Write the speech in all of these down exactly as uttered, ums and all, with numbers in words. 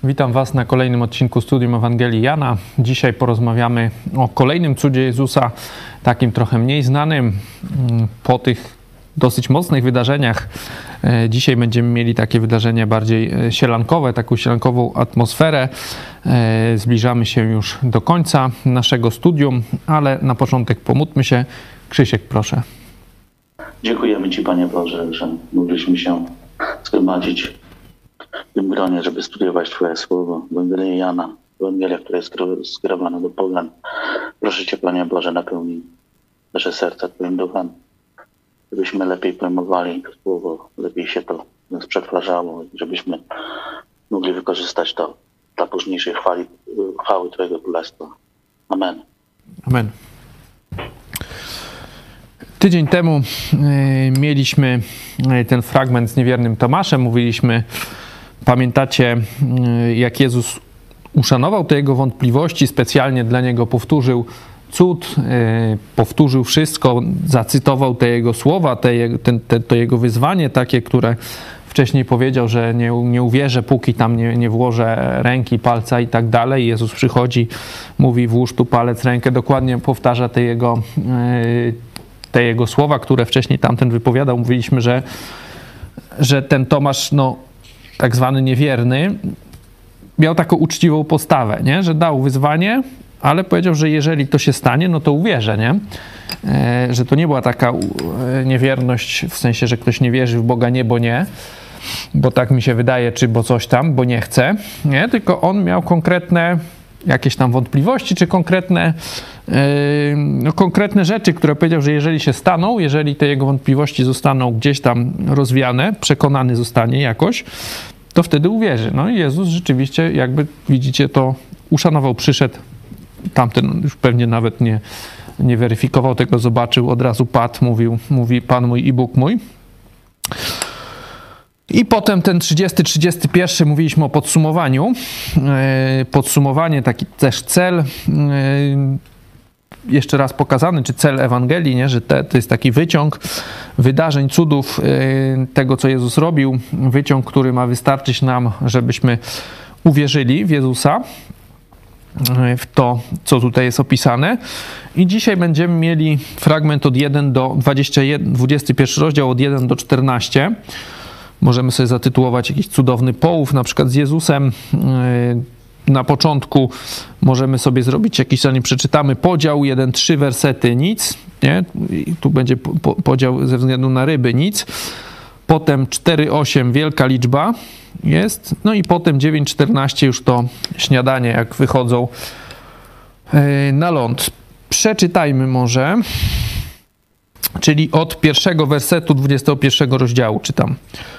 Witam Was na kolejnym odcinku Studium Ewangelii Jana. Dzisiaj porozmawiamy o kolejnym cudzie Jezusa, takim trochę mniej znanym. Po tych dosyć mocnych wydarzeniach dzisiaj będziemy mieli takie wydarzenie bardziej sielankowe, taką sielankową atmosferę. Zbliżamy się już do końca naszego studium, ale na początek pomódlmy się. Krzysiek, proszę. Dziękujemy Ci, Panie Boże, że mogliśmy się zgromadzić w tym gronie, żeby studiować Twoje słowo. Ewangelię Jana, Ewangelia, która jest skierowana do pogan. Proszę Cię, Panie Boże, napełnij nasze serca Twoim duchem, żebyśmy lepiej pojmowali to słowo, lepiej się to nas przetwarzało, żebyśmy mogli wykorzystać to dla późniejszej chwali, chwały Twojego Królestwa. Amen. Amen. Tydzień temu y, mieliśmy y, ten fragment z niewiernym Tomaszem. Mówiliśmy, pamiętacie, y, jak Jezus uszanował te jego wątpliwości, specjalnie dla niego powtórzył cud, y, powtórzył wszystko, zacytował te jego słowa, te, ten, te, to jego wyzwanie takie, które wcześniej powiedział, że nie, nie uwierzę, póki tam nie, nie włożę ręki, palca i tak dalej. Jezus przychodzi, mówi: włóż tu palec, rękę, dokładnie powtarza te jego y, te jego słowa, które wcześniej tamten wypowiadał. Mówiliśmy, że, że ten Tomasz, no, tak zwany niewierny, miał taką uczciwą postawę, nie? Że dał wyzwanie, ale powiedział, że jeżeli to się stanie, no to uwierzę, nie? E, że to nie była taka niewierność w sensie, że ktoś nie wierzy w Boga, nie, bo nie, bo tak mi się wydaje, czy bo coś tam, bo nie chce, nie? Tylko on miał konkretne jakieś tam wątpliwości, czy konkretne, yy, no, konkretne rzeczy, które powiedział, że jeżeli się staną, jeżeli te jego wątpliwości zostaną gdzieś tam rozwiane, przekonany zostanie jakoś, to wtedy uwierzy. No i Jezus rzeczywiście, jakby widzicie, to uszanował, przyszedł, tamten już pewnie nawet nie, nie weryfikował tego, zobaczył, od razu padł, mówił, mówi: Pan mój i Bóg mój. I potem ten trzydziesty trzydziesty jeden mówiliśmy o podsumowaniu. Podsumowanie, taki też cel, jeszcze raz pokazany, czy cel Ewangelii, nie? Że te, to jest taki wyciąg wydarzeń, cudów, tego, co Jezus robił. Wyciąg, który ma wystarczyć nam, żebyśmy uwierzyli w Jezusa, w to, co tutaj jest opisane. I dzisiaj będziemy mieli fragment od pierwszego do dwudziestego, dwudziesty pierwszy rozdział od pierwszego do czternastego. Możemy sobie zatytułować jakiś cudowny połów, na przykład z Jezusem. Na początku możemy sobie zrobić jakiś, zanim przeczytamy, podział jeden trzy wersety, nic, nie? I tu będzie po, podział ze względu na ryby, nic. Potem cztery osiem, wielka liczba jest. No i potem dziewięć czternaście już to śniadanie, jak wychodzą na ląd. Przeczytajmy może, czyli od pierwszego wersetu dwudziestego pierwszego rozdziału czytam.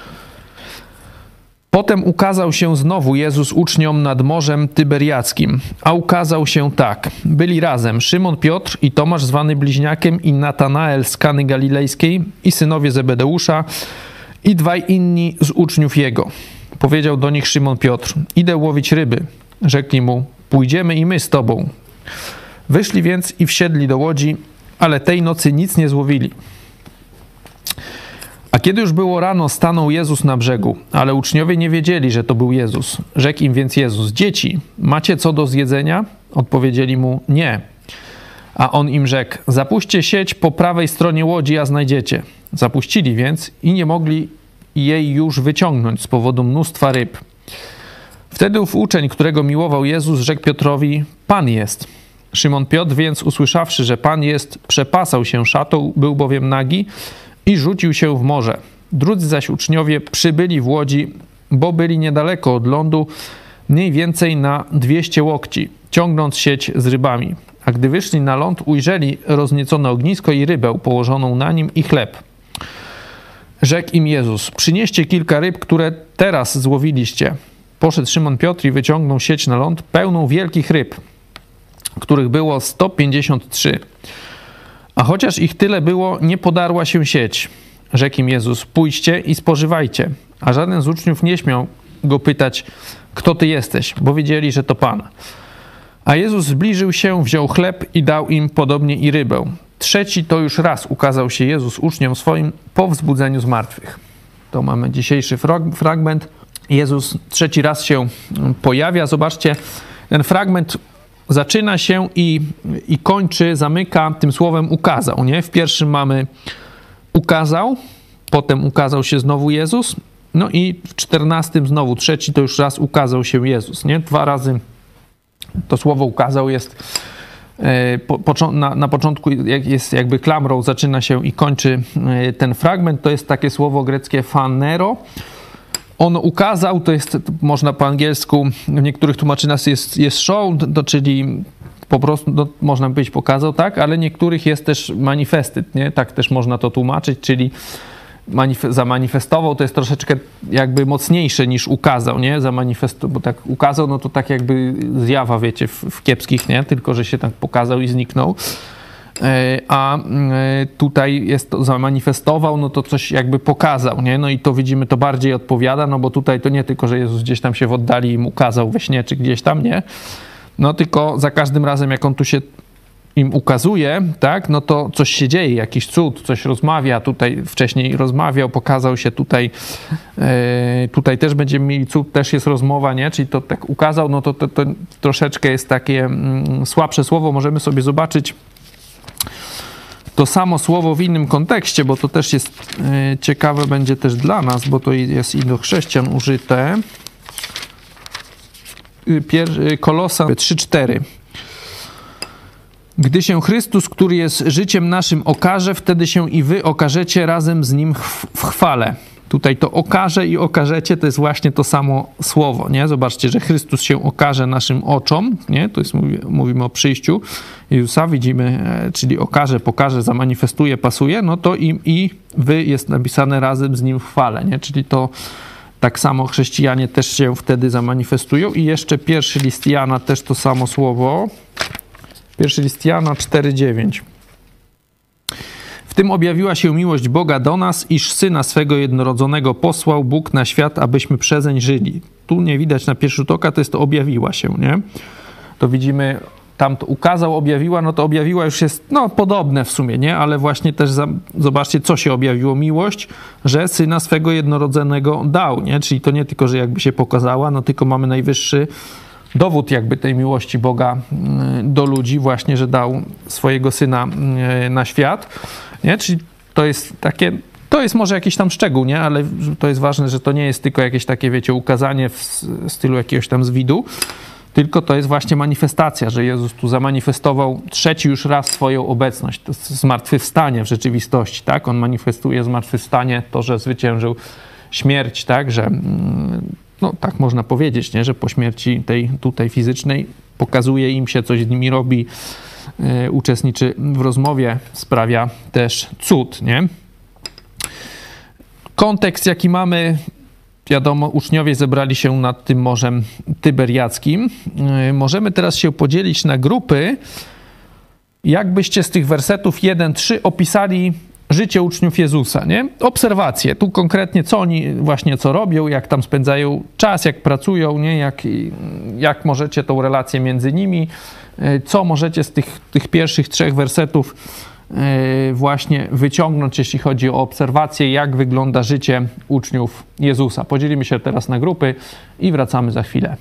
Potem ukazał się znowu Jezus uczniom nad Morzem Tyberiackim, a ukazał się tak. Byli razem Szymon Piotr i Tomasz zwany Bliźniakiem i Natanael z Kany Galilejskiej i synowie Zebedeusza i dwaj inni z uczniów jego. Powiedział do nich Szymon Piotr: idę łowić ryby. Rzekli mu: pójdziemy i my z tobą. Wyszli więc i wsiedli do łodzi, ale tej nocy nic nie złowili. A kiedy już było rano, stanął Jezus na brzegu, ale uczniowie nie wiedzieli, że to był Jezus. Rzekł im więc Jezus: dzieci, macie co do zjedzenia? Odpowiedzieli mu: nie. A on im rzekł: zapuśćcie sieć po prawej stronie łodzi, a znajdziecie. Zapuścili więc i nie mogli jej już wyciągnąć z powodu mnóstwa ryb. Wtedy ów uczeń, którego miłował Jezus, rzekł Piotrowi: Pan jest. Szymon Piotr więc, usłyszawszy, że Pan jest, przepasał się szatą, był bowiem nagi, i rzucił się w morze. Drudzy zaś uczniowie przybyli w łodzi, bo byli niedaleko od lądu, mniej więcej na dwieście łokci, ciągnąc sieć z rybami. A gdy wyszli na ląd, ujrzeli rozniecone ognisko i rybę położoną na nim i chleb. Rzekł im Jezus: przynieście kilka ryb, które teraz złowiliście. Poszedł Szymon Piotr i wyciągnął sieć na ląd, pełną wielkich ryb, których było sto pięćdziesiąt trzy. A chociaż ich tyle było, nie podarła się sieć. Rzekł im Jezus: pójdźcie i spożywajcie. A żaden z uczniów nie śmiał go pytać: kto ty jesteś? Bo wiedzieli, że to Pan. A Jezus zbliżył się, wziął chleb i dał im, podobnie i rybę. Trzeci to już raz ukazał się Jezus uczniom swoim po wzbudzeniu z martwych. To mamy dzisiejszy fragment. Jezus trzeci raz się pojawia. Zobaczcie, ten fragment zaczyna się i, i kończy, zamyka tym słowem ukazał, nie? W pierwszym mamy ukazał, potem ukazał się znowu Jezus, no i w czternastym znowu, trzeci to już raz ukazał się Jezus, nie? Dwa razy to słowo ukazał jest po, po, na, na początku jest jakby klamrą, zaczyna się i kończy ten fragment. To jest takie słowo greckie phanero. On ukazał, to jest, można po angielsku, w niektórych tłumaczeniach jest, jest show, to czyli po prostu, no, można powiedzieć pokazał, tak, ale niektórych jest też manifested, nie? Tak też można to tłumaczyć, czyli manif- zamanifestował, to jest troszeczkę jakby mocniejsze niż ukazał, nie? Zamanifestował, bo tak ukazał, no to tak jakby zjawa, wiecie, w, w kiepskich, nie? Tylko, że się tak pokazał i zniknął. A tutaj jest to zamanifestował, no to coś jakby pokazał, nie? No i to widzimy, to bardziej odpowiada, no bo tutaj to nie tylko, że Jezus gdzieś tam się w oddali im ukazał we śnie, czy gdzieś tam, nie? No tylko za każdym razem, jak on tu się im ukazuje, tak? No to coś się dzieje, jakiś cud, coś rozmawia, tutaj wcześniej rozmawiał, pokazał się tutaj, yy, tutaj też będziemy mieli cud, też jest rozmowa, nie? Czyli to tak ukazał, no to, to, to troszeczkę jest takie mm, słabsze słowo, możemy sobie zobaczyć to samo słowo w innym kontekście, bo to też jest y, ciekawe będzie też dla nas, bo to jest i do chrześcijan użyte. Pier, y, Kolosan trzy cztery. Gdy się Chrystus, który jest życiem naszym, okaże, wtedy się i wy okażecie razem z Nim w chwale. Tutaj to okaże i okażecie to jest właśnie to samo słowo, nie? Zobaczcie, że Chrystus się okaże naszym oczom, nie? To jest, mówimy o przyjściu Jezusa, widzimy, czyli okaże, pokaże, zamanifestuje, pasuje, no to i, i wy jest napisane razem z Nim w chwale, nie? Czyli to tak samo chrześcijanie też się wtedy zamanifestują. I jeszcze pierwszy list Jana, też to samo słowo. Pierwszy list Jana cztery dziewięć. W tym objawiła się miłość Boga do nas, iż Syna swego jednorodzonego posłał Bóg na świat, abyśmy przezeń żyli. Tu nie widać na pierwszy rzut oka, to jest to objawiła się, nie? To widzimy, tam to ukazał, objawiła, no to objawiła już jest, no podobne w sumie, nie? Ale właśnie też za, zobaczcie, co się objawiło. Miłość, że Syna swego jednorodzonego dał, nie? Czyli to nie tylko, że jakby się pokazała, no tylko mamy najwyższy dowód jakby tej miłości Boga do ludzi właśnie, że dał swojego Syna na świat, nie? Czyli to jest takie, to jest może jakiś tam szczegół, nie? Ale to jest ważne, że to nie jest tylko jakieś takie, wiecie, ukazanie w stylu jakiegoś tam zwidu, tylko to jest właśnie manifestacja, że Jezus tu zamanifestował trzeci już raz swoją obecność, to jest zmartwychwstanie w rzeczywistości, tak? On manifestuje zmartwychwstanie, to, że zwyciężył śmierć, tak? Że no tak można powiedzieć, nie? Że po śmierci tej tutaj fizycznej pokazuje im się, coś z nimi robi, yy, uczestniczy w rozmowie, sprawia też cud, nie? Kontekst, jaki mamy, wiadomo, uczniowie zebrali się nad tym Morzem Tyberiackim. Yy, możemy teraz się podzielić na grupy. Jakbyście z tych wersetów jeden trzy opisali życie uczniów Jezusa, nie? Obserwacje. Tu konkretnie, co oni właśnie co robią, jak tam spędzają czas, jak pracują, nie? Jak, jak możecie tą relację między nimi, co możecie z tych, tych pierwszych trzech wersetów właśnie wyciągnąć, jeśli chodzi o obserwacje, jak wygląda życie uczniów Jezusa. Podzielimy się teraz na grupy i wracamy za chwilę.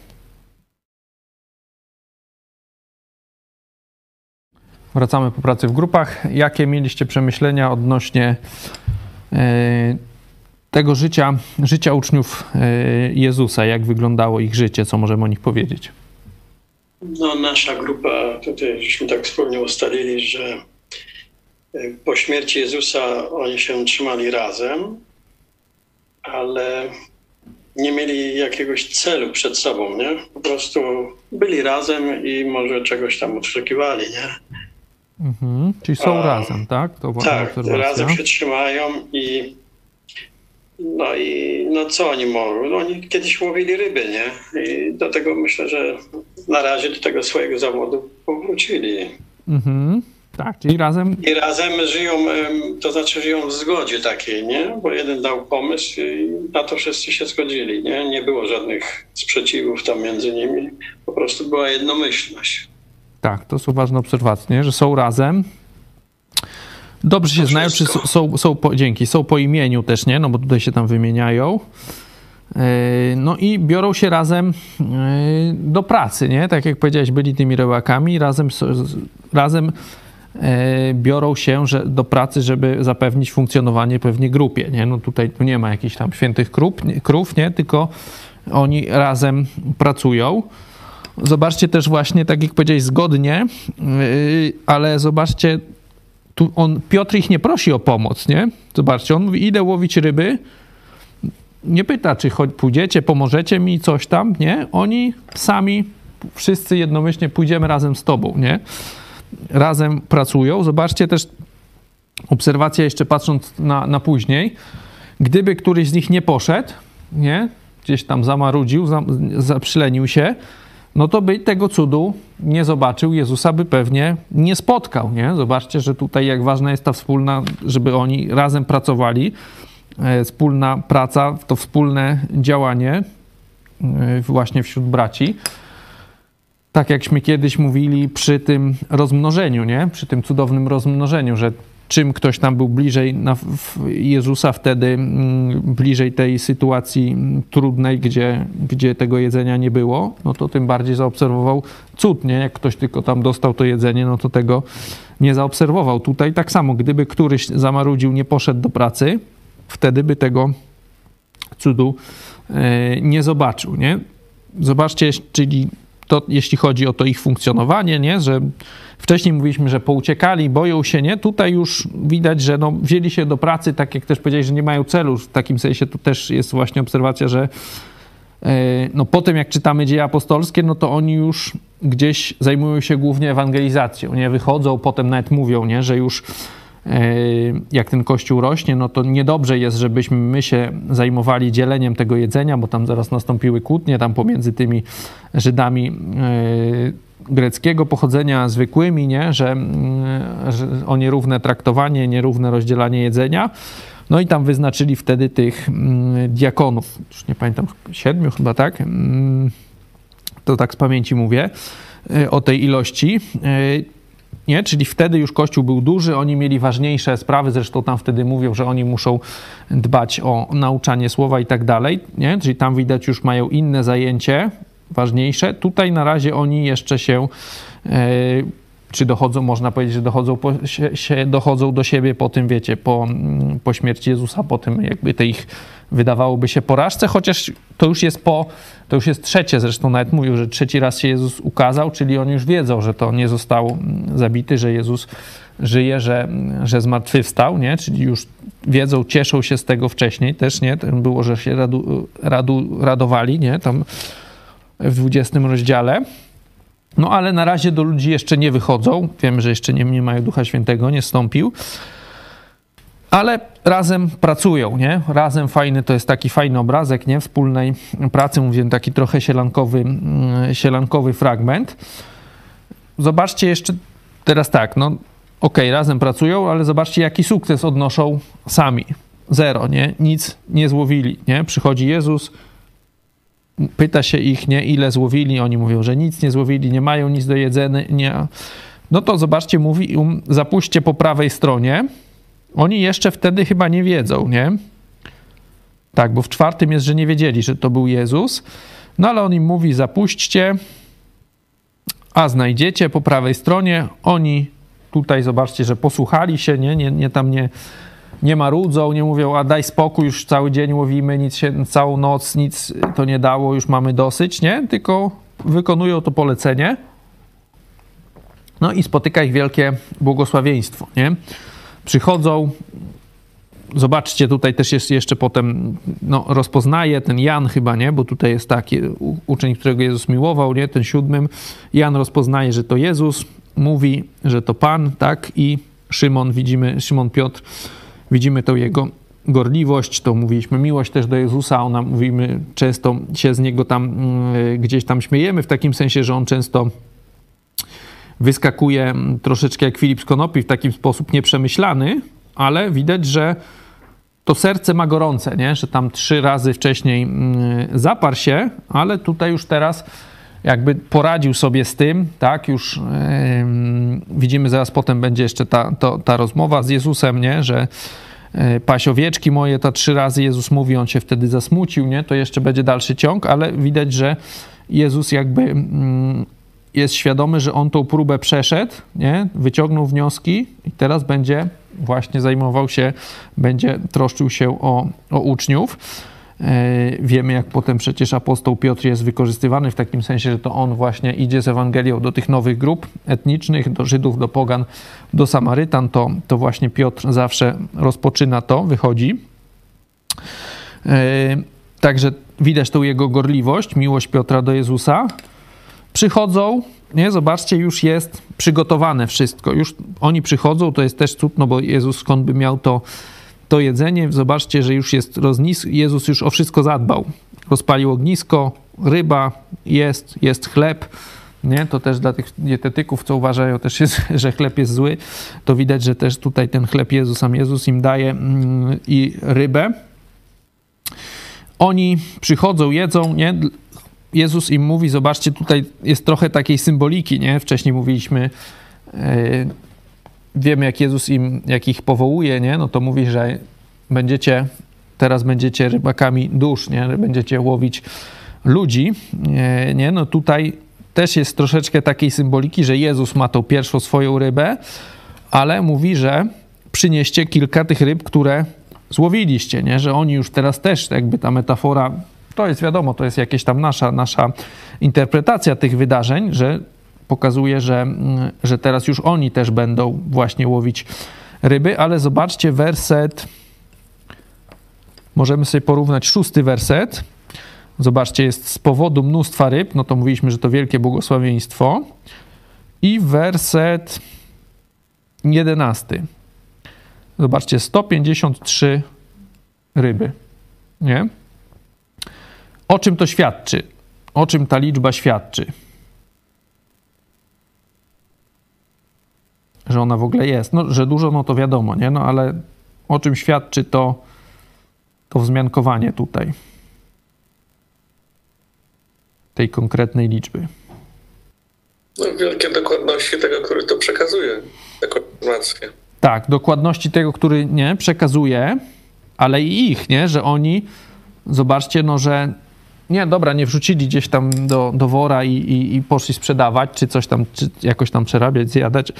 Wracamy po pracy w grupach. Jakie mieliście przemyślenia odnośnie e, tego życia, życia uczniów e, Jezusa? Jak wyglądało ich życie? Co możemy o nich powiedzieć? No, nasza grupa, tutejśmy tak wspólnie ustalili, że po śmierci Jezusa oni się trzymali razem, ale nie mieli jakiegoś celu przed sobą, nie? Po prostu byli razem i może czegoś tam oczekiwali, nie? Mhm. Czyli są A, razem, tak? To tak, razem się trzymają i no i no co oni mogą? No oni kiedyś łowili ryby, nie? I do tego myślę, że na razie do tego swojego zawodu powrócili. Mhm. Tak, czyli razem... I razem żyją, to znaczy żyją w zgodzie takiej, nie? Bo jeden dał pomysł i na to wszyscy się zgodzili, nie? Nie było żadnych sprzeciwów tam między nimi. Po prostu była jednomyślność. Tak, to są ważne obserwacje, nie? Że są razem. Dobrze się znają, czy są, są, są po, dzięki, są po imieniu też, nie? No bo tutaj się tam wymieniają. No i biorą się razem do pracy, nie? Tak jak powiedziałeś, byli tymi rybakami, razem, razem biorą się że, do pracy, żeby zapewnić funkcjonowanie pewnej grupie, nie? No tutaj tu nie ma jakichś tam świętych krów, krów, nie? Tylko oni razem pracują. Zobaczcie też właśnie, tak jak powiedziałeś, zgodnie, ale zobaczcie, tu on, Piotr ich nie prosi o pomoc, nie? Zobaczcie, on mówi, idę łowić ryby, nie pyta, czy choć pójdziecie, pomożecie mi, coś tam, nie? Oni sami, wszyscy jednomyślnie pójdziemy razem z tobą, nie? Razem pracują. Zobaczcie też, obserwacja jeszcze patrząc na, na później, gdyby któryś z nich nie poszedł, nie? Gdzieś tam zamarudził, za, za, przylenił się, no to by tego cudu nie zobaczył, Jezusa by pewnie nie spotkał, nie? Zobaczcie, że tutaj jak ważna jest ta wspólna, żeby oni razem pracowali, e, wspólna praca, to wspólne działanie e, właśnie wśród braci. Tak jakśmy kiedyś mówili przy tym rozmnożeniu, nie? Przy tym cudownym rozmnożeniu, że czym ktoś tam był bliżej na Jezusa wtedy, bliżej tej sytuacji trudnej, gdzie, gdzie tego jedzenia nie było, no to tym bardziej zaobserwował cud, nie? Jak ktoś tylko tam dostał to jedzenie, no to tego nie zaobserwował. Tutaj tak samo, gdyby któryś zamarudził, nie poszedł do pracy, wtedy by tego cudu nie zobaczył, nie? Zobaczcie, czyli to, jeśli chodzi o to ich funkcjonowanie, nie? Że wcześniej mówiliśmy, że pouciekali, boją się, nie? Tutaj już widać, że no, wzięli się do pracy, tak jak też powiedziałeś, że nie mają celu. W takim sensie to też jest właśnie obserwacja, że yy, no, po tym jak czytamy Dzieje Apostolskie, no to oni już gdzieś zajmują się głównie ewangelizacją, nie? Wychodzą, potem nawet mówią, nie? Że już yy, jak ten Kościół rośnie, no to niedobrze jest, żebyśmy my się zajmowali dzieleniem tego jedzenia, bo tam zaraz nastąpiły kłótnie tam pomiędzy tymi Żydami yy, greckiego pochodzenia zwykłymi, nie? Że, że o nierówne traktowanie, nierówne rozdzielanie jedzenia. No i tam wyznaczyli wtedy tych diakonów, już nie pamiętam, siedmiu chyba, tak? To tak z pamięci mówię, o tej ilości. Nie? Czyli wtedy już Kościół był duży, oni mieli ważniejsze sprawy, zresztą tam wtedy mówią, że oni muszą dbać o nauczanie słowa i tak dalej, nie? Czyli tam widać już mają inne zajęcie, ważniejsze. Tutaj na razie oni jeszcze się, e, czy dochodzą, można powiedzieć, że dochodzą, po, się, się, dochodzą do siebie po tym, wiecie, po, po śmierci Jezusa, po tym jakby tej ich, wydawałoby się, porażce, chociaż to już jest po, to już jest trzecie, zresztą nawet mówił, że trzeci raz się Jezus ukazał, czyli oni już wiedzą, że to nie został zabity, że Jezus żyje, że, że zmartwychwstał, nie? Czyli już wiedzą, cieszą się z tego wcześniej też, nie? To było, że się radu, radu, radowali, nie? Tam w dwudziestym rozdziale. No ale na razie do ludzi jeszcze nie wychodzą. Wiemy, że jeszcze nie, nie mają Ducha Świętego, nie zstąpił. Ale razem pracują, nie? Razem fajny, to jest taki fajny obrazek, nie? Wspólnej pracy, mówię, taki trochę sielankowy, sielankowy fragment. Zobaczcie jeszcze teraz tak, no okej, okay, razem pracują, ale zobaczcie, jaki sukces odnoszą sami. Zero, nie? Nic nie złowili, nie? Przychodzi Jezus, pyta się ich, nie, ile złowili, oni mówią, że nic nie złowili, nie mają nic do jedzenia. No to zobaczcie, mówi um, zapuśćcie po prawej stronie. Oni jeszcze wtedy chyba nie wiedzą, nie? Tak, bo w czwartym jest, że nie wiedzieli, że to był Jezus. No ale on im mówi, zapuśćcie, a znajdziecie po prawej stronie. Oni tutaj, zobaczcie, że posłuchali się, nie, nie, nie tam nie... Nie marudzą, nie mówią, a daj spokój, już cały dzień łowimy, nic się, całą noc, nic to nie dało, już mamy dosyć, nie? Tylko wykonują to polecenie. No i spotyka ich wielkie błogosławieństwo, nie? Przychodzą, zobaczcie, tutaj też jest jeszcze potem, no rozpoznaje ten Jan chyba, nie? Bo tutaj jest taki uczeń, którego Jezus miłował, nie? Ten siódmym. Jan rozpoznaje, że to Jezus, mówi, że to Pan, tak? I Szymon, widzimy, Szymon Piotr, widzimy tą jego gorliwość, to mówiliśmy miłość też do Jezusa, ona mówimy, często się z niego tam y, gdzieś tam śmiejemy, w takim sensie, że on często wyskakuje troszeczkę jak Filip z Konopi w taki sposób nieprzemyślany, ale widać, że to serce ma gorące, nie? Że tam trzy razy wcześniej y, zaparł się, ale tutaj już teraz jakby poradził sobie z tym, tak, już yy, widzimy, zaraz potem będzie jeszcze ta, to, ta rozmowa z Jezusem, nie, że paść owieczki moje, to trzy razy Jezus mówi, on się wtedy zasmucił, nie? To jeszcze będzie dalszy ciąg, ale widać, że Jezus jakby mm, jest świadomy, że on tą próbę przeszedł, nie? Wyciągnął wnioski i teraz będzie właśnie zajmował się, będzie troszczył się o, o uczniów. Wiemy, jak potem przecież apostoł Piotr jest wykorzystywany w takim sensie, że to on właśnie idzie z Ewangelią do tych nowych grup etnicznych, do Żydów, do pogan, do Samarytan. To, to właśnie Piotr zawsze rozpoczyna to, wychodzi. Także widać tą jego gorliwość, miłość Piotra do Jezusa. Przychodzą, nie? Zobaczcie, już jest przygotowane wszystko. Już oni przychodzą, to jest też cud, no bo Jezus skąd by miał to to jedzenie, zobaczcie, że już jest roznisko, Jezus już o wszystko zadbał. Rozpalił ognisko, ryba jest, jest chleb, nie? To też dla tych dietetyków, co uważają też, jest, że chleb jest zły, to widać, że też tutaj ten chleb Jezus, sam Jezus im daje mm, i rybę. Oni przychodzą, jedzą, nie? Jezus im mówi, zobaczcie, tutaj jest trochę takiej symboliki, nie? Wcześniej mówiliśmy, yy, wiemy, jak Jezus im, jak ich powołuje, nie? No to mówi, że będziecie, teraz będziecie rybakami dusz, nie? Będziecie łowić ludzi, nie? nie? No tutaj też jest troszeczkę takiej symboliki, że Jezus ma tą pierwszą swoją rybę, ale mówi, że przynieście kilka tych ryb, które złowiliście, nie? Że oni już teraz też, jakby ta metafora, to jest wiadomo, to jest jakaś tam nasza, nasza interpretacja tych wydarzeń, że pokazuje, że, że teraz już oni też będą właśnie łowić ryby, ale zobaczcie werset, możemy sobie porównać szósty werset. Zobaczcie, jest z powodu mnóstwa ryb, no to mówiliśmy, że to wielkie błogosławieństwo. I werset jedenasty. Zobaczcie, sto pięćdziesiąt trzy ryby, nie? O czym to świadczy? O czym ta liczba świadczy? Że ona w ogóle jest. No, że dużo, no to wiadomo, nie? No ale o czym świadczy to, to wzmiankowanie tutaj tej konkretnej liczby? No, wielkie dokładności tego, który to przekazuje, jako informację. Tak, dokładności tego, który nie przekazuje, ale i ich, nie? Że oni, zobaczcie, no, że nie, dobra, nie wrzucili gdzieś tam do, do wora i, i, i poszli sprzedawać, czy coś tam, czy jakoś tam przerabiać, zjadać.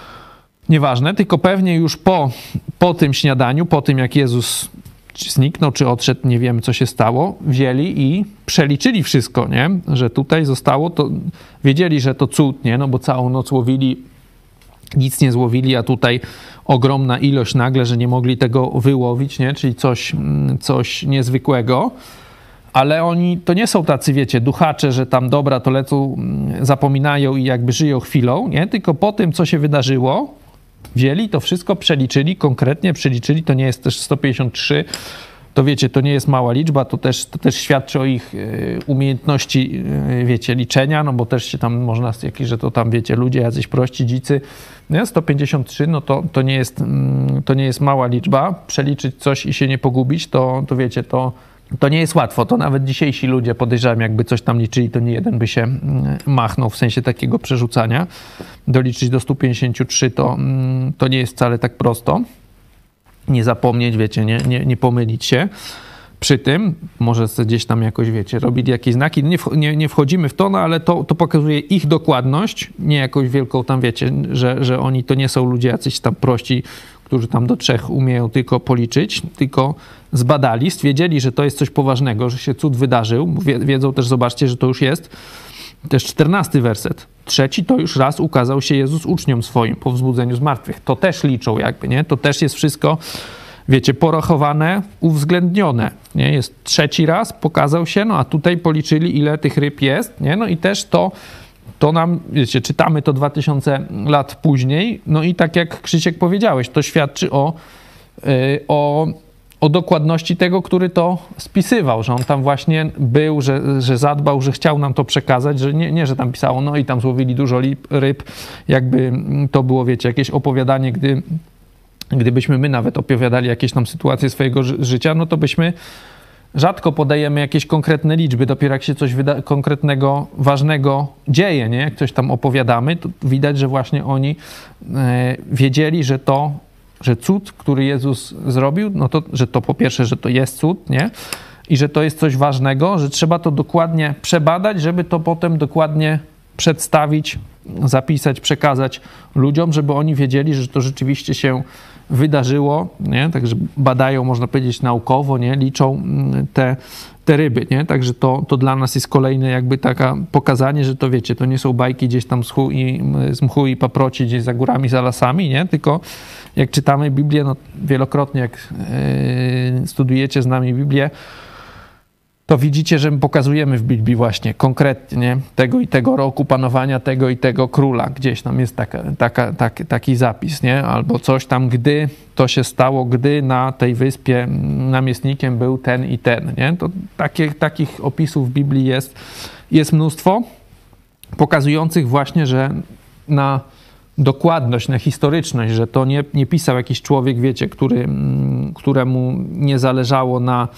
Nieważne, tylko pewnie już po, po tym śniadaniu, po tym jak Jezus czy zniknął, czy odszedł, nie wiemy, co się stało, wzięli i przeliczyli wszystko, nie? Że tutaj zostało, to wiedzieli, że to cud, nie? No bo całą noc łowili, nic nie złowili, a tutaj ogromna ilość nagle, że nie mogli tego wyłowić, nie? Czyli coś, coś niezwykłego. Ale oni to nie są tacy, wiecie, duchacze, że tam dobra, to lecą, zapominają i jakby żyją chwilą, nie? Tylko po tym, co się wydarzyło, wzięli to wszystko, przeliczyli, konkretnie przeliczyli, to nie jest też sto pięćdziesiąt trzy, to wiecie, to nie jest mała liczba, to też, to też świadczy o ich umiejętności, wiecie, liczenia, no bo też się tam można, jakieś, że to tam, wiecie, ludzie jacyś prości, dzicy, nie? sto pięćdziesiąt trzy, no to, to, nie jest, to nie jest mała liczba, przeliczyć coś i się nie pogubić, to, to wiecie, to To nie jest łatwo, to nawet dzisiejsi ludzie, podejrzewam, jakby coś tam liczyli, to nie jeden by się machnął w sensie takiego przerzucania. Doliczyć do stu pięćdziesięciu trzech to, to nie jest wcale tak prosto. Nie zapomnieć, wiecie, nie, nie, nie pomylić się przy tym. Może gdzieś tam jakoś, wiecie, robili jakieś znaki. Nie, nie, nie wchodzimy w to, no ale to, to pokazuje ich dokładność, nie jakąś wielką tam, wiecie, że, że oni to nie są ludzie jacyś tam prości, którzy tam do trzech umieją tylko policzyć, tylko zbadali, stwierdzili, że to jest coś poważnego, że się cud wydarzył. Wiedzą też, zobaczcie, że to już jest też czternasty werset. Trzeci to już raz ukazał się Jezus uczniom swoim po wzbudzeniu z martwych. To też liczą jakby, nie? To też jest wszystko, wiecie, porachowane, uwzględnione, nie? Jest trzeci raz, pokazał się, no a tutaj policzyli, ile tych ryb jest, nie? No i też to To nam, wiecie, czytamy to dwa tysiące lat później, no i tak jak Krzysiek powiedziałeś, to świadczy o, yy, o, o dokładności tego, który to spisywał, że on tam właśnie był, że, że zadbał, że chciał nam to przekazać, że nie, nie, że tam pisało, no i tam złowili dużo ryb, jakby to było, wiecie, jakieś opowiadanie, gdy, gdybyśmy my nawet opowiadali jakieś tam sytuacje swojego ży- życia, no to byśmy rzadko podajemy jakieś konkretne liczby, dopiero jak się coś wyda- konkretnego, ważnego dzieje, nie? Jak coś tam opowiadamy, to widać, że właśnie oni e, wiedzieli, że to że cud, który Jezus zrobił, no to, że to po pierwsze, że to jest cud, nie? I że to jest coś ważnego, że trzeba to dokładnie przebadać, żeby to potem dokładnie przedstawić, zapisać, przekazać ludziom, żeby oni wiedzieli, że to rzeczywiście się wydarzyło, nie? Także badają, można powiedzieć, naukowo, nie? Liczą te, te ryby, nie? Także to, to dla nas jest kolejne jakby taka pokazanie, że to wiecie, to nie są bajki gdzieś tam z mchu i, z mchu i paproci gdzieś za górami, za lasami, nie? Tylko jak czytamy Biblię, no wielokrotnie jak yy, studujecie z nami Biblię, to widzicie, że my pokazujemy w Biblii właśnie konkretnie tego i tego roku panowania tego i tego króla. Gdzieś tam jest taka, taka, taki, taki zapis, nie? Albo coś tam, gdy to się stało, gdy na tej wyspie namiestnikiem był ten i ten, nie? To takie, takich opisów w Biblii jest, jest mnóstwo, pokazujących właśnie, że na dokładność, na historyczność, że to nie, nie pisał jakiś człowiek, wiecie, który, któremu nie zależało na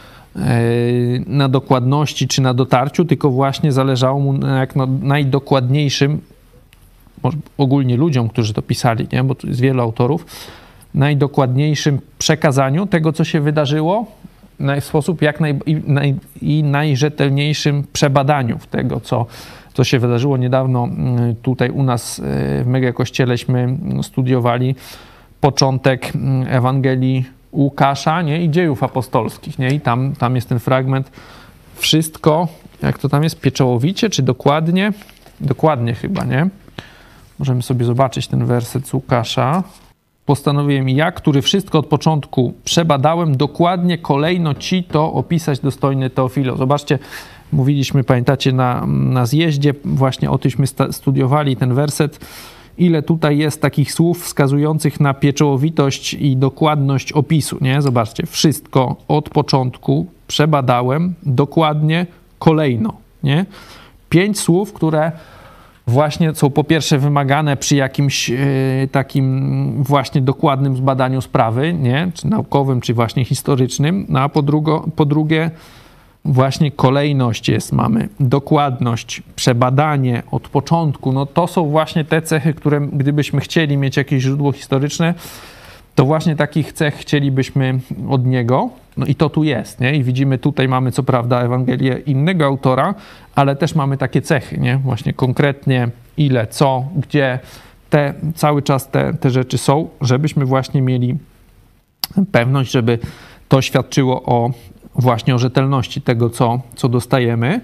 na dokładności czy na dotarciu, tylko właśnie zależało mu na jak na najdokładniejszym, może ogólnie ludziom, którzy to pisali, nie? Bo tu jest wielu autorów, najdokładniejszym przekazaniu tego, co się wydarzyło w sposób jak naj, i, naj, i najrzetelniejszym przebadaniu tego, co, co się wydarzyło. Niedawno tutaj u nas w Mega Kościeleśmy studiowali początek Ewangelii Łukasza, nie? I dziejów apostolskich, nie? I tam, tam jest ten fragment. Wszystko, jak to tam jest, pieczołowicie, czy dokładnie? Dokładnie chyba, nie? Możemy sobie zobaczyć ten werset z Łukasza. Postanowiłem ja, który wszystko od początku przebadałem, dokładnie kolejno ci to opisać, dostojny Teofilo. Zobaczcie, mówiliśmy, pamiętacie, na, na zjeździe, właśnie o tyśmy studiowali ten werset, ile tutaj jest takich słów wskazujących na pieczołowitość i dokładność opisu, nie? Zobaczcie, wszystko od początku przebadałem dokładnie, kolejno, nie? Pięć słów, które właśnie są po pierwsze wymagane przy jakimś yy, takim właśnie dokładnym zbadaniu sprawy, nie? Czy naukowym, czy właśnie historycznym, no a po, drugo, po drugie właśnie kolejność jest, mamy dokładność, przebadanie od początku, no to są właśnie te cechy, które gdybyśmy chcieli mieć jakieś źródło historyczne, to właśnie takich cech chcielibyśmy od niego, no i to tu jest, nie? I widzimy, tutaj mamy co prawda Ewangelię innego autora, ale też mamy takie cechy, nie? Właśnie konkretnie ile, co, gdzie, te, cały czas te, te rzeczy są, żebyśmy właśnie mieli pewność, żeby to świadczyło o właśnie o rzetelności tego, co, co dostajemy.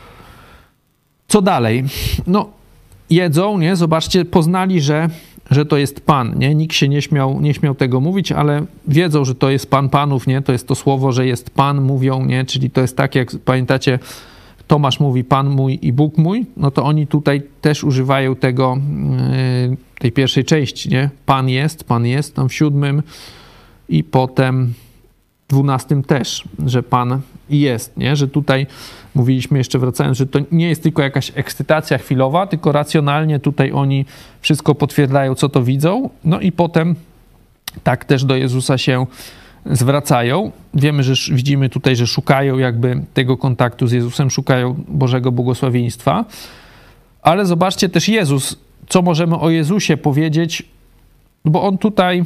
Co dalej? No, jedzą, nie? Zobaczcie, poznali, że, że to jest Pan, nie? Nikt się nie śmiał, nie śmiał tego mówić, ale wiedzą, że to jest Pan Panów, nie? To jest to słowo, że jest Pan, mówią, nie? Czyli to jest tak, jak pamiętacie, Tomasz mówi Pan mój i Bóg mój, no to oni tutaj też używają tego, yy, tej pierwszej części, nie? Pan jest, Pan jest, tam w siódmym i potem dwunastym też, że Pan jest, nie? Że tutaj mówiliśmy jeszcze wracając, że to nie jest tylko jakaś ekscytacja chwilowa, tylko racjonalnie tutaj oni wszystko potwierdzają, co to widzą, no i potem tak też do Jezusa się zwracają. Wiemy, że widzimy tutaj, że szukają jakby tego kontaktu z Jezusem, szukają Bożego błogosławieństwa, ale zobaczcie też Jezus, co możemy o Jezusie powiedzieć, bo On tutaj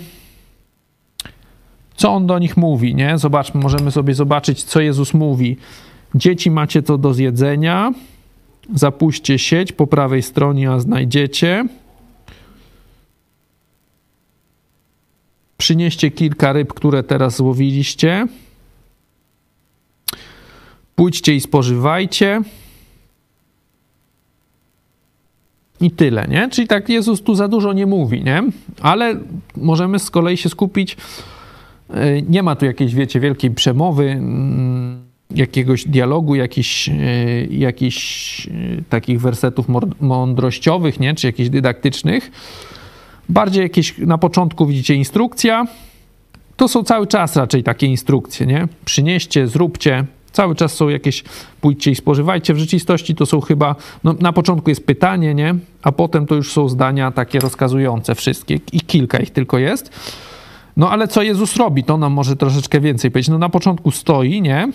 co On do nich mówi, nie? Zobaczmy, możemy sobie zobaczyć, co Jezus mówi. Dzieci macie to do zjedzenia, zapuśćcie sieć po prawej stronie, a znajdziecie. Przynieście kilka ryb, które teraz złowiliście. Pójdźcie i spożywajcie. I tyle, nie? Czyli tak Jezus tu za dużo nie mówi, nie? Ale możemy z kolei się skupić. Nie ma tu jakiejś, wiecie, wielkiej przemowy, jakiegoś dialogu, jakichś, jakichś takich wersetów mądrościowych, nie? Czy jakichś dydaktycznych. Bardziej jakieś, na początku widzicie instrukcja. To są cały czas raczej takie instrukcje, nie? Przynieście, zróbcie. Cały czas są jakieś, pójdźcie i spożywajcie. W rzeczywistości to są chyba, no na początku jest pytanie, nie? A potem to już są zdania takie rozkazujące wszystkie i kilka ich tylko jest. No ale co Jezus robi? To nam może troszeczkę więcej powiedzieć. No na początku stoi, nie?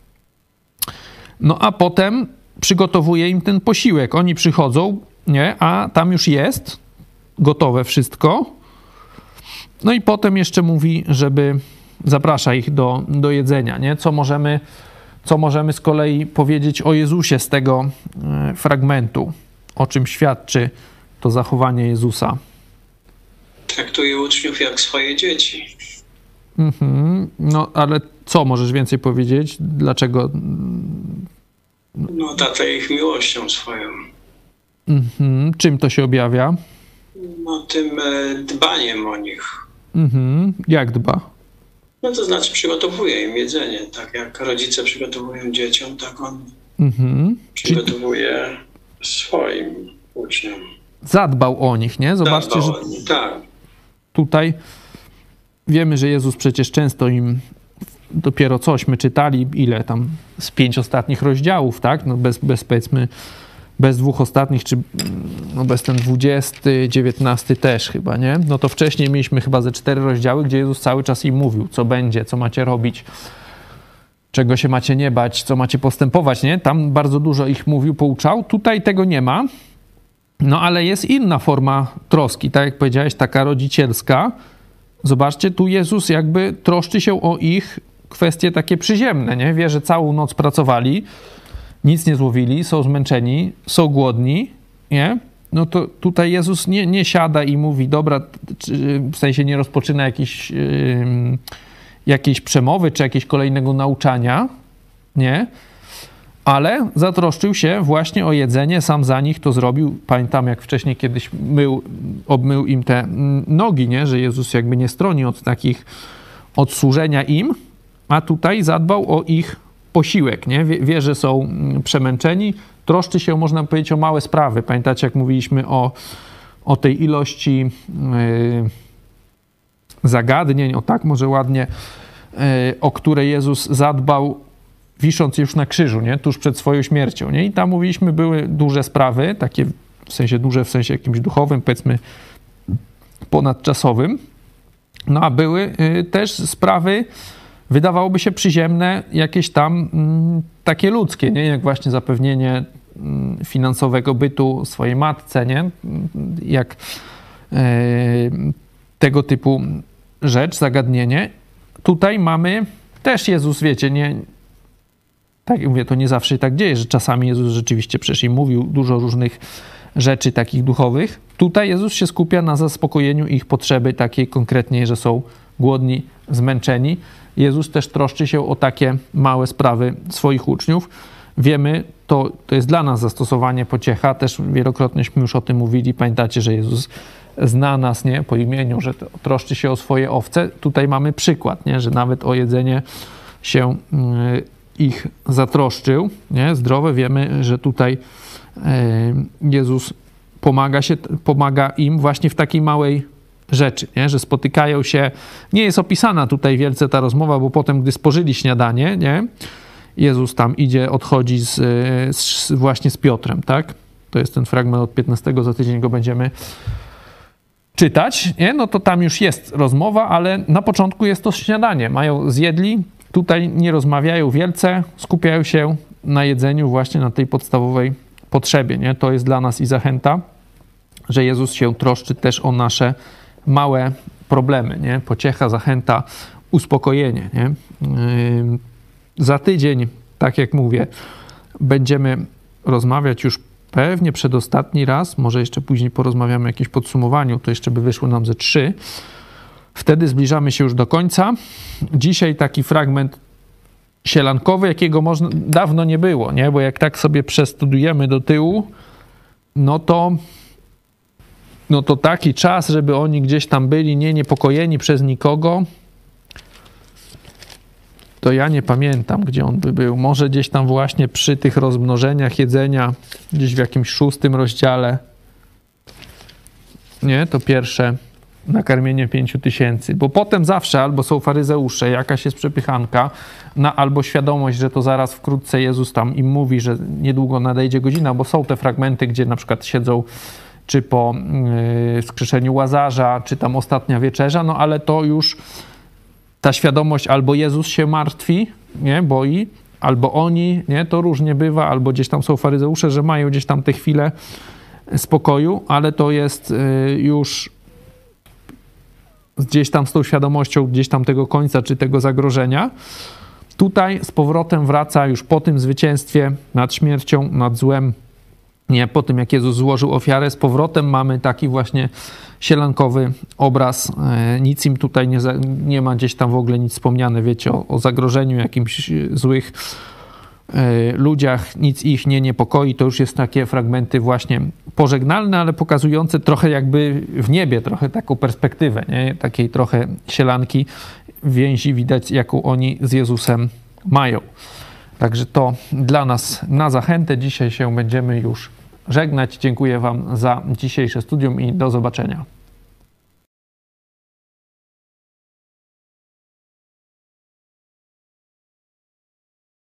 No a potem przygotowuje im ten posiłek. Oni przychodzą, nie? A tam już jest gotowe wszystko. No i potem jeszcze mówi, żeby zaprasza ich do, do jedzenia, nie? Co możemy, co możemy z kolei powiedzieć o Jezusie z tego fragmentu, o czym świadczy to zachowanie Jezusa. Traktuje uczniów jak swoje dzieci. Mhm. No, ale co możesz więcej powiedzieć? Dlaczego? No, data ich miłością swoją. Mhm. Czym to się objawia? No, tym dbaniem o nich. Mhm. Jak dba? No, to znaczy przygotowuje im jedzenie. Tak jak rodzice przygotowują dzieciom, tak on Mhm. przygotowuje swoim uczniom. Zadbał o nich, nie? Zobaczcie, że tak. Tutaj wiemy, że Jezus przecież często im dopiero cośmy czytali, ile tam z pięć ostatnich rozdziałów, tak? No bez, bez powiedzmy, bez dwóch ostatnich, czy no bez ten dwudziesty, dziewiętnasty też chyba, nie? No to wcześniej mieliśmy chyba ze cztery rozdziały, gdzie Jezus cały czas im mówił, co będzie, co macie robić, czego się macie nie bać, co macie postępować, nie? Tam bardzo dużo ich mówił, pouczał. Tutaj tego nie ma, no ale jest inna forma troski, tak jak powiedziałeś, taka rodzicielska. Zobaczcie, tu Jezus jakby troszczy się o ich kwestie takie przyziemne, nie? Wie, że całą noc pracowali, nic nie złowili, są zmęczeni, są głodni, nie? No to tutaj Jezus nie, nie siada i mówi, dobra, w sensie nie rozpoczyna jakiejś, yy, jakiejś przemowy czy jakiegoś kolejnego nauczania, nie? Ale zatroszczył się właśnie o jedzenie, sam za nich to zrobił. Pamiętam, jak wcześniej kiedyś mył, obmył im te nogi, nie? Że Jezus jakby nie stroni od takich, od służenia im, a tutaj zadbał o ich posiłek, nie? Wie, wie, że są przemęczeni, troszczy się, można powiedzieć, o małe sprawy. Pamiętacie, jak mówiliśmy o, o tej ilości yy, zagadnień, o tak może ładnie, yy, o które Jezus zadbał, wisząc już na krzyżu, nie? Tuż przed swoją śmiercią, nie? I tam mówiliśmy, były duże sprawy, takie w sensie duże, w sensie jakimś duchowym, powiedzmy ponadczasowym, no a były y, też sprawy, wydawałoby się przyziemne, jakieś tam mm, takie ludzkie, nie? Jak właśnie zapewnienie mm, finansowego bytu swojej matce, nie? Jak y, tego typu rzecz, zagadnienie. Tutaj mamy też Jezus, wiecie, nie... Tak jak mówię, to nie zawsze tak dzieje, że czasami Jezus rzeczywiście przecież im mówił dużo różnych rzeczy takich duchowych. Tutaj Jezus się skupia na zaspokojeniu ich potrzeby takiej konkretnej, że są głodni, zmęczeni. Jezus też troszczy się o takie małe sprawy swoich uczniów. Wiemy, to, to jest dla nas zastosowanie pociecha. Też wielokrotnieśmy już o tym mówili. Pamiętacie, że Jezus zna nas, nie, po imieniu, że troszczy się o swoje owce. Tutaj mamy przykład, nie, że nawet o jedzenie się yy, ich zatroszczył, nie? Zdrowe. Wiemy, że tutaj Jezus pomaga się, pomaga im właśnie w takiej małej rzeczy, nie? Że spotykają się, nie jest opisana tutaj wielce ta rozmowa, bo potem, gdy spożyli śniadanie, nie? Jezus tam idzie, odchodzi z, z, właśnie z Piotrem, tak? To jest ten fragment od piętnastego, za tydzień go będziemy czytać, nie? No to tam już jest rozmowa, ale na początku jest to śniadanie. Mają, zjedli, tutaj nie rozmawiają wielce, skupiają się na jedzeniu właśnie na tej podstawowej potrzebie, nie? To jest dla nas i zachęta, że Jezus się troszczy też o nasze małe problemy, nie? Pociecha, zachęta, uspokojenie, nie? Yy, za tydzień, tak jak mówię, będziemy rozmawiać już pewnie przedostatni raz, może jeszcze później porozmawiamy o jakimś podsumowaniu, to jeszcze by wyszło nam ze trzy. Wtedy zbliżamy się już do końca. Dzisiaj taki fragment sielankowy, jakiego można, dawno nie było, nie? Bo jak tak sobie przestudujemy do tyłu, no to, no to taki czas, żeby oni gdzieś tam byli nie niepokojeni przez nikogo, to ja nie pamiętam, gdzie on by był. Może gdzieś tam właśnie przy tych rozmnożeniach jedzenia, gdzieś w jakimś szóstym rozdziale. Nie, to pierwsze nakarmienie pięciu tysięcy, bo potem zawsze albo są faryzeusze, jakaś jest przepychanka, na, albo świadomość, że to zaraz wkrótce Jezus tam im mówi, że niedługo nadejdzie godzina, bo są te fragmenty, gdzie na przykład siedzą czy po yy, wskrzeszeniu Łazarza, czy tam ostatnia wieczerza, no ale to już ta świadomość, albo Jezus się martwi, nie, boi, albo oni, nie, to różnie bywa, albo gdzieś tam są faryzeusze, że mają gdzieś tam te chwile spokoju, ale to jest yy, już gdzieś tam z tą świadomością gdzieś tam tego końca czy tego zagrożenia. Tutaj z powrotem wraca już po tym zwycięstwie nad śmiercią, nad złem, nie, po tym jak Jezus złożył ofiarę, z powrotem mamy taki właśnie sielankowy obraz. Nic im tutaj nie, nie ma gdzieś tam w ogóle nic wspomniane, wiecie, o, o zagrożeniu jakimś złych ludziach, nic ich nie niepokoi. To już jest takie fragmenty właśnie pożegnalne, ale pokazujące trochę jakby w niebie, trochę taką perspektywę, nie? Takiej trochę sielanki, więzi widać, jaką oni z Jezusem mają. Także to dla nas na zachętę. Dzisiaj się będziemy już żegnać. Dziękuję wam za dzisiejsze studium i do zobaczenia.